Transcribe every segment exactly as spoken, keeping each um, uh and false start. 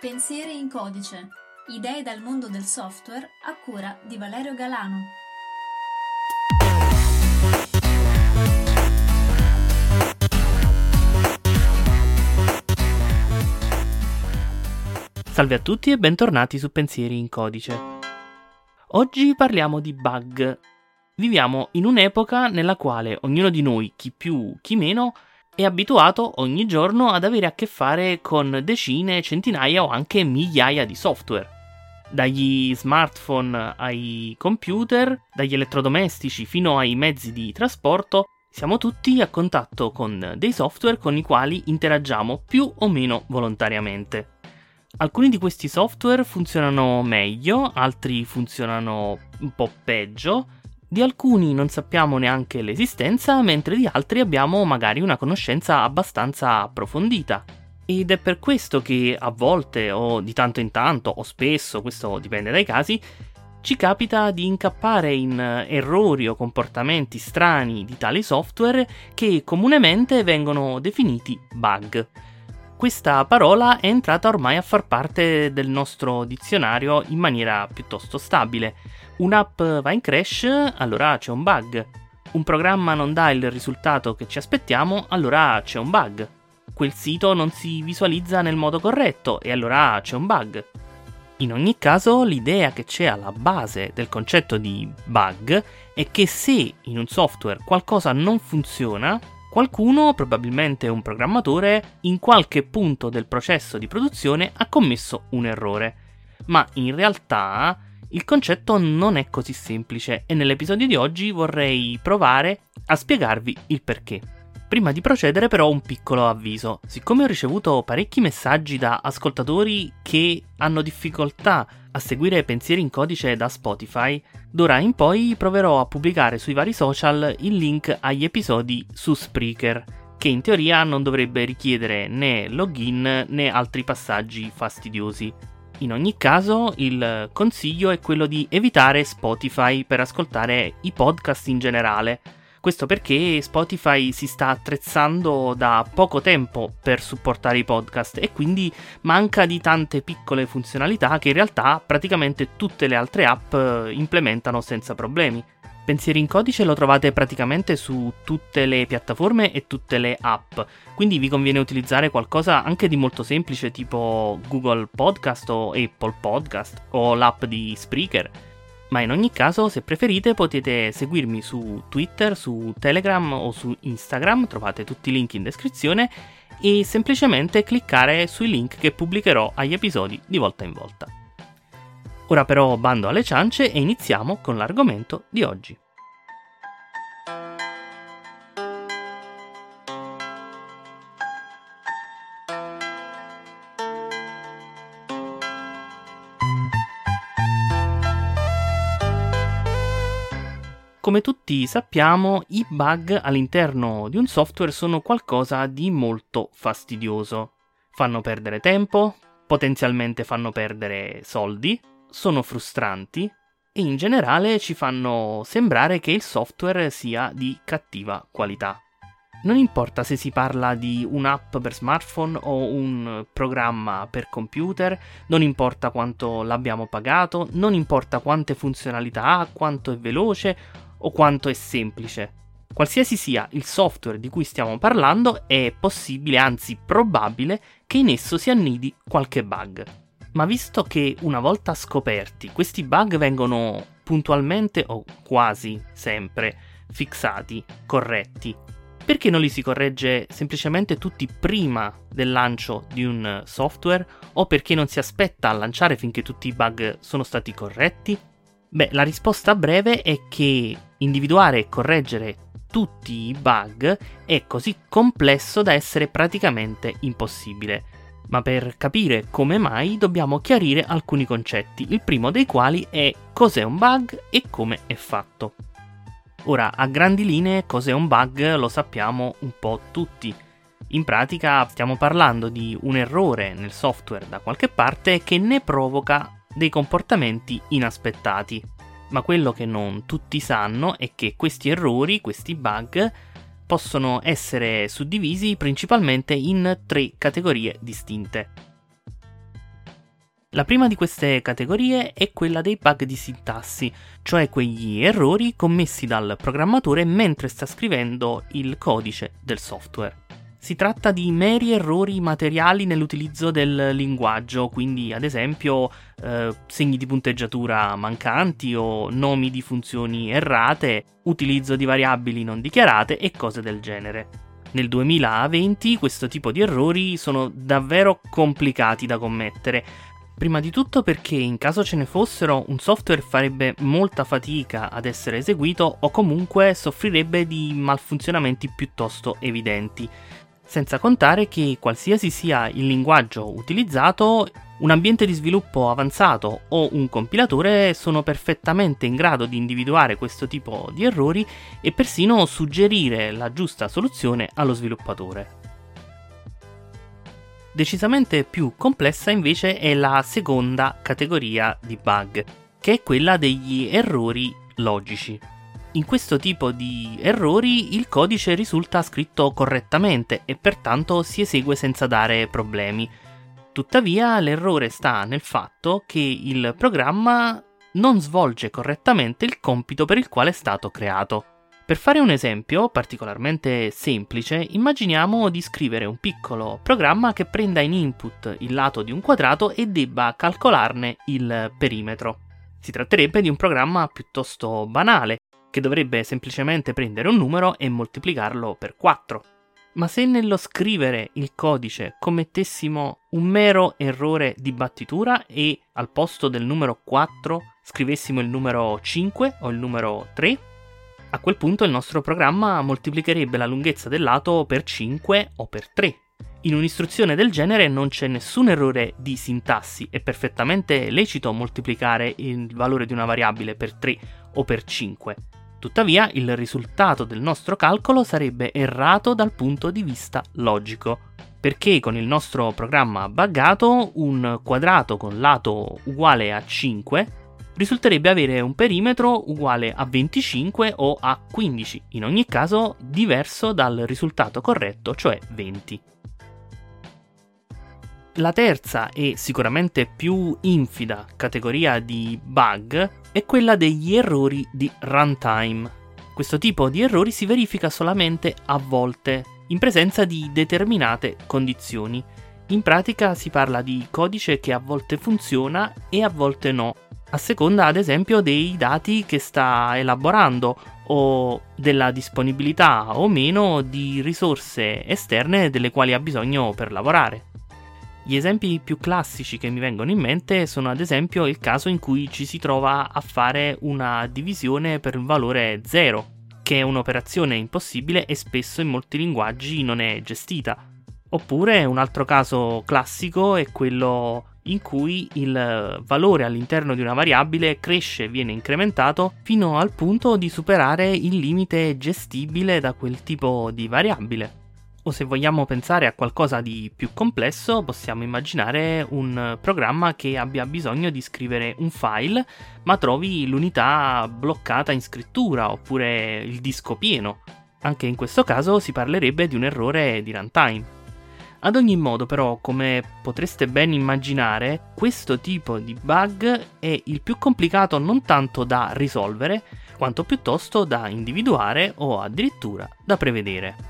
Pensieri in codice. Idee dal mondo del software a cura di Valerio Galano. Salve a tutti e bentornati su Pensieri in codice. Oggi parliamo di bug. Viviamo in un'epoca nella quale ognuno di noi, chi più, chi meno, è abituato ogni giorno ad avere a che fare con decine, centinaia o anche migliaia di software. Dagli smartphone ai computer, dagli elettrodomestici fino ai mezzi di trasporto, siamo tutti a contatto con dei software con i quali interagiamo più o meno volontariamente. Alcuni di questi software funzionano meglio, altri funzionano un po' peggio. Di alcuni non sappiamo neanche l'esistenza, mentre di altri abbiamo magari una conoscenza abbastanza approfondita. Ed è per questo che a volte, o di tanto in tanto, o spesso, questo dipende dai casi, ci capita di incappare in errori o comportamenti strani di tali software che comunemente vengono definiti bug. Questa parola è entrata ormai a far parte del nostro dizionario in maniera piuttosto stabile. Un'app va in crash, allora c'è un bug. Un programma non dà il risultato che ci aspettiamo, allora c'è un bug. Quel sito non si visualizza nel modo corretto e allora c'è un bug. In ogni caso, l'idea che c'è alla base del concetto di bug è che se in un software qualcosa non funziona, qualcuno, probabilmente un programmatore, in qualche punto del processo di produzione ha commesso un errore. Ma in realtà il concetto non è così semplice e nell'episodio di oggi vorrei provare a spiegarvi il perché. Prima di procedere però un piccolo avviso. Siccome ho ricevuto parecchi messaggi da ascoltatori che hanno difficoltà a seguire Pensieri in codice da Spotify, d'ora in poi proverò a pubblicare sui vari social il link agli episodi su Spreaker, che in teoria non dovrebbe richiedere né login né altri passaggi fastidiosi. In ogni caso, il consiglio è quello di evitare Spotify per ascoltare i podcast in generale. Questo perché Spotify si sta attrezzando da poco tempo per supportare i podcast e quindi manca di tante piccole funzionalità che in realtà praticamente tutte le altre app implementano senza problemi. Pensieri in codice lo trovate praticamente su tutte le piattaforme e tutte le app, quindi vi conviene utilizzare qualcosa anche di molto semplice tipo Google Podcast o Apple Podcast o l'app di Spreaker. Ma in ogni caso, se preferite, potete seguirmi su Twitter, su Telegram o su Instagram, trovate tutti i link in descrizione, e semplicemente cliccare sui link che pubblicherò agli episodi di volta in volta. Ora però bando alle ciance e iniziamo con l'argomento di oggi. Come tutti sappiamo, i bug all'interno di un software sono qualcosa di molto fastidioso. Fanno perdere tempo, potenzialmente fanno perdere soldi, sono frustranti e in generale ci fanno sembrare che il software sia di cattiva qualità. Non importa se si parla di un'app per smartphone o un programma per computer, non importa quanto l'abbiamo pagato, non importa quante funzionalità ha, quanto è veloce o quanto è semplice. Qualsiasi sia il software di cui stiamo parlando, è possibile, anzi probabile, che in esso si annidi qualche bug. Ma visto che una volta scoperti, questi bug vengono puntualmente o quasi sempre fissati, corretti, perché non li si corregge semplicemente tutti prima del lancio di un software? O perché non si aspetta a lanciare finché tutti i bug sono stati corretti? Beh, la risposta breve è che individuare e correggere tutti i bug è così complesso da essere praticamente impossibile. Ma per capire come mai dobbiamo chiarire alcuni concetti, il primo dei quali è cos'è un bug e come è fatto. Ora, a grandi linee, cos'è un bug lo sappiamo un po' tutti. In pratica stiamo parlando di un errore nel software da qualche parte che ne provoca dei comportamenti inaspettati. Ma quello che non tutti sanno è che questi errori, questi bug, possono essere suddivisi principalmente in tre categorie distinte. La prima di queste categorie è quella dei bug di sintassi, cioè quegli errori commessi dal programmatore mentre sta scrivendo il codice del software. Si tratta di meri errori materiali nell'utilizzo del linguaggio, quindi ad esempio eh, segni di punteggiatura mancanti o nomi di funzioni errate, utilizzo di variabili non dichiarate e cose del genere. Nel duemilaventi questo tipo di errori sono davvero complicati da commettere. Prima di tutto perché in caso ce ne fossero un software farebbe molta fatica ad essere eseguito o comunque soffrirebbe di malfunzionamenti piuttosto evidenti. Senza contare che qualsiasi sia il linguaggio utilizzato, un ambiente di sviluppo avanzato o un compilatore sono perfettamente in grado di individuare questo tipo di errori e persino suggerire la giusta soluzione allo sviluppatore. Decisamente più complessa invece è la seconda categoria di bug, che è quella degli errori logici. In questo tipo di errori il codice risulta scritto correttamente e pertanto si esegue senza dare problemi. Tuttavia l'errore sta nel fatto che il programma non svolge correttamente il compito per il quale è stato creato. Per fare un esempio particolarmente semplice, immaginiamo di scrivere un piccolo programma che prenda in input il lato di un quadrato e debba calcolarne il perimetro. Si tratterebbe di un programma piuttosto banale, che dovrebbe semplicemente prendere un numero e moltiplicarlo per quattro. Ma se nello scrivere il codice commettessimo un mero errore di battitura e al posto del numero quattro scrivessimo il numero cinque o il numero tre, a quel punto il nostro programma moltiplicherebbe la lunghezza del lato per cinque o per tre. In un'istruzione del genere non c'è nessun errore di sintassi, è perfettamente lecito moltiplicare il valore di una variabile per tre o per cinque. Tuttavia, il risultato del nostro calcolo sarebbe errato dal punto di vista logico, perché con il nostro programma buggato un quadrato con lato uguale a cinque risulterebbe avere un perimetro uguale a venticinque o a quindici, in ogni caso diverso dal risultato corretto, cioè venti. La terza e sicuramente più infida categoria di bug è quella degli errori di runtime. Questo tipo di errori si verifica solamente a volte, in presenza di determinate condizioni. In pratica si parla di codice che a volte funziona e a volte no, a seconda ad esempio dei dati che sta elaborando o della disponibilità o meno di risorse esterne delle quali ha bisogno per lavorare. Gli esempi più classici che mi vengono in mente sono ad esempio il caso in cui ci si trova a fare una divisione per un valore zero, che è un'operazione impossibile e spesso in molti linguaggi non è gestita. Oppure un altro caso classico è quello in cui il valore all'interno di una variabile cresce e viene incrementato fino al punto di superare il limite gestibile da quel tipo di variabile. O se vogliamo pensare a qualcosa di più complesso, possiamo immaginare un programma che abbia bisogno di scrivere un file, ma trovi l'unità bloccata in scrittura oppure il disco pieno. Anche in questo caso si parlerebbe di un errore di runtime. Ad ogni modo, però, come potreste ben immaginare, questo tipo di bug è il più complicato non tanto da risolvere, quanto piuttosto da individuare o addirittura da prevedere.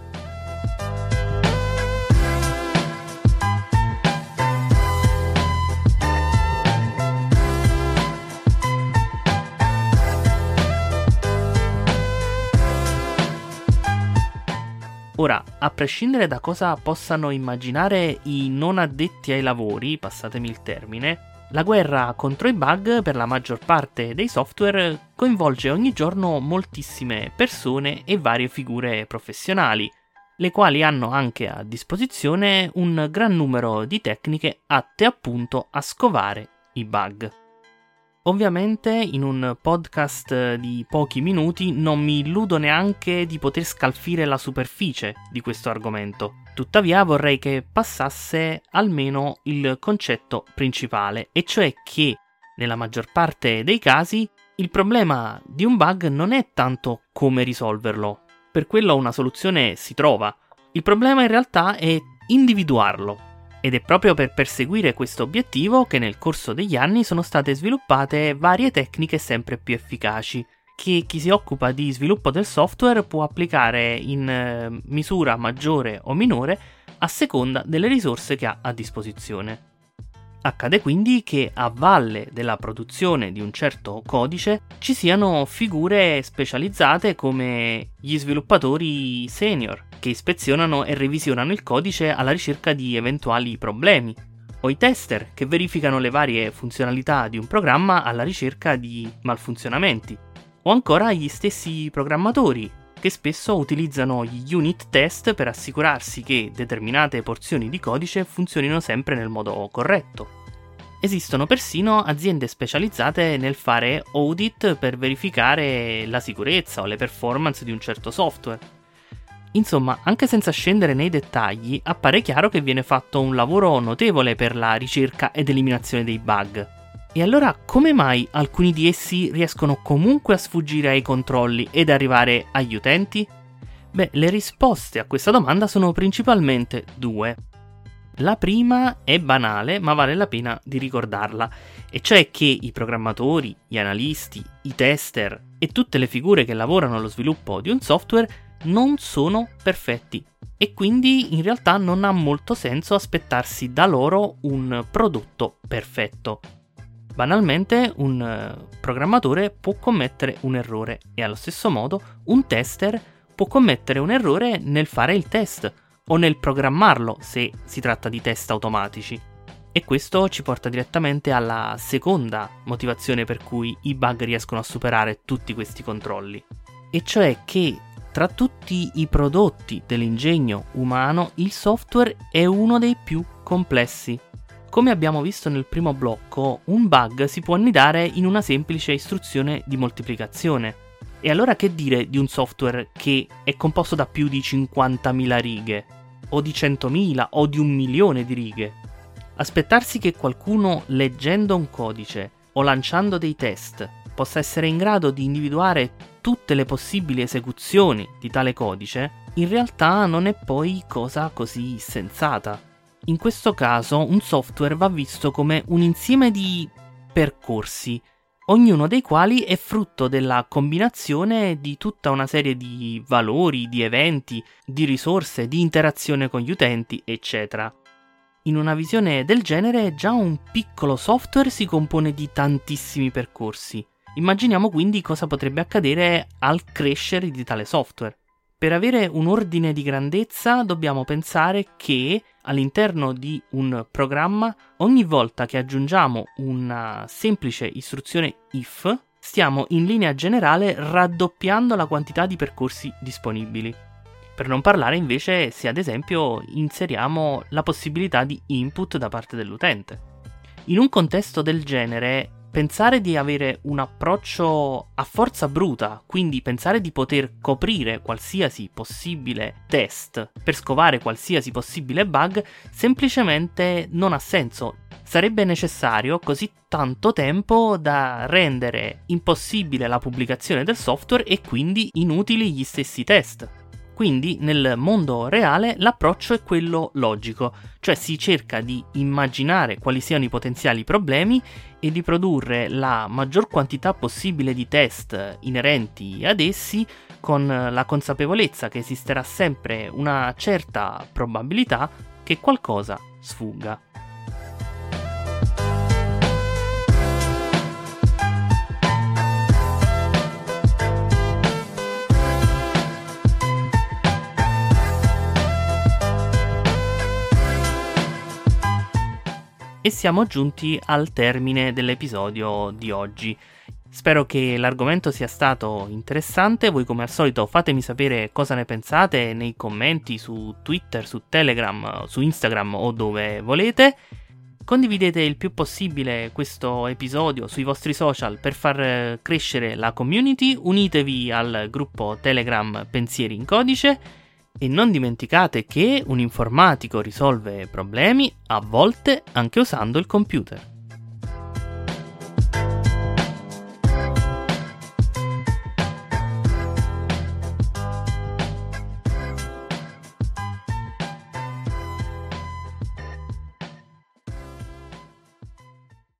Ora, a prescindere da cosa possano immaginare i non addetti ai lavori, passatemi il termine, la guerra contro i bug per la maggior parte dei software coinvolge ogni giorno moltissime persone e varie figure professionali, le quali hanno anche a disposizione un gran numero di tecniche atte appunto a scovare i bug. Ovviamente in un podcast di pochi minuti non mi illudo neanche di poter scalfire la superficie di questo argomento. Tuttavia vorrei che passasse almeno il concetto principale, e cioè che nella maggior parte dei casi il problema di un bug non è tanto come risolverlo. Per quello una soluzione si trova. Il problema in realtà è individuarlo. Ed è proprio per perseguire questo obiettivo che nel corso degli anni sono state sviluppate varie tecniche sempre più efficaci, che chi si occupa di sviluppo del software può applicare in eh, misura maggiore o minore a seconda delle risorse che ha a disposizione. Accade quindi che a valle della produzione di un certo codice ci siano figure specializzate come gli sviluppatori senior, che ispezionano e revisionano il codice alla ricerca di eventuali problemi, o i tester che verificano le varie funzionalità di un programma alla ricerca di malfunzionamenti, o ancora gli stessi programmatori, che spesso utilizzano gli unit test per assicurarsi che determinate porzioni di codice funzionino sempre nel modo corretto. Esistono persino aziende specializzate nel fare audit per verificare la sicurezza o le performance di un certo software. Insomma, anche senza scendere nei dettagli, appare chiaro che viene fatto un lavoro notevole per la ricerca ed eliminazione dei bug. E allora come mai alcuni di essi riescono comunque a sfuggire ai controlli ed arrivare agli utenti? Beh, le risposte a questa domanda sono principalmente due. La prima è banale, ma vale la pena di ricordarla, e cioè che i programmatori, gli analisti, i tester e tutte le figure che lavorano allo sviluppo di un software non sono perfetti e quindi in realtà non ha molto senso aspettarsi da loro un prodotto perfetto. Banalmente un programmatore può commettere un errore e allo stesso modo un tester può commettere un errore nel fare il test o nel programmarlo se si tratta di test automatici. E questo ci porta direttamente alla seconda motivazione per cui i bug riescono a superare tutti questi controlli, e cioè che tra tutti i prodotti dell'ingegno umano il software è uno dei più complessi. Come abbiamo visto nel primo blocco, un bug si può annidare in una semplice istruzione di moltiplicazione. E allora che dire di un software che è composto da più di cinquantamila righe, o di centomila, o di un milione di righe? Aspettarsi che qualcuno, leggendo un codice o lanciando dei test, possa essere in grado di individuare tutte le possibili esecuzioni di tale codice, in realtà non è poi cosa così sensata. In questo caso un software va visto come un insieme di percorsi, ognuno dei quali è frutto della combinazione di tutta una serie di valori, di eventi, di risorse, di interazione con gli utenti, eccetera. In una visione del genere, già un piccolo software si compone di tantissimi percorsi. Immaginiamo quindi cosa potrebbe accadere al crescere di tale software. Per avere un ordine di grandezza dobbiamo pensare che all'interno di un programma, ogni volta che aggiungiamo una semplice istruzione if, stiamo in linea generale raddoppiando la quantità di percorsi disponibili. Per non parlare invece se ad esempio inseriamo la possibilità di input da parte dell'utente. In un contesto del genere, pensare di avere un approccio a forza bruta, quindi pensare di poter coprire qualsiasi possibile test per scovare qualsiasi possibile bug, semplicemente non ha senso. Sarebbe necessario così tanto tempo da rendere impossibile la pubblicazione del software e quindi inutili gli stessi test. Quindi nel mondo reale l'approccio è quello logico, cioè si cerca di immaginare quali siano i potenziali problemi e di produrre la maggior quantità possibile di test inerenti ad essi, con la consapevolezza che esisterà sempre una certa probabilità che qualcosa sfugga. E siamo giunti al termine dell'episodio di oggi. Spero che l'argomento sia stato interessante. Voi come al solito fatemi sapere cosa ne pensate nei commenti su Twitter, su Telegram, su Instagram o dove volete. Condividete il più possibile questo episodio sui vostri social per far crescere la community. Unitevi al gruppo Telegram Pensieri in Codice. E non dimenticate che un informatico risolve problemi, a volte anche usando il computer.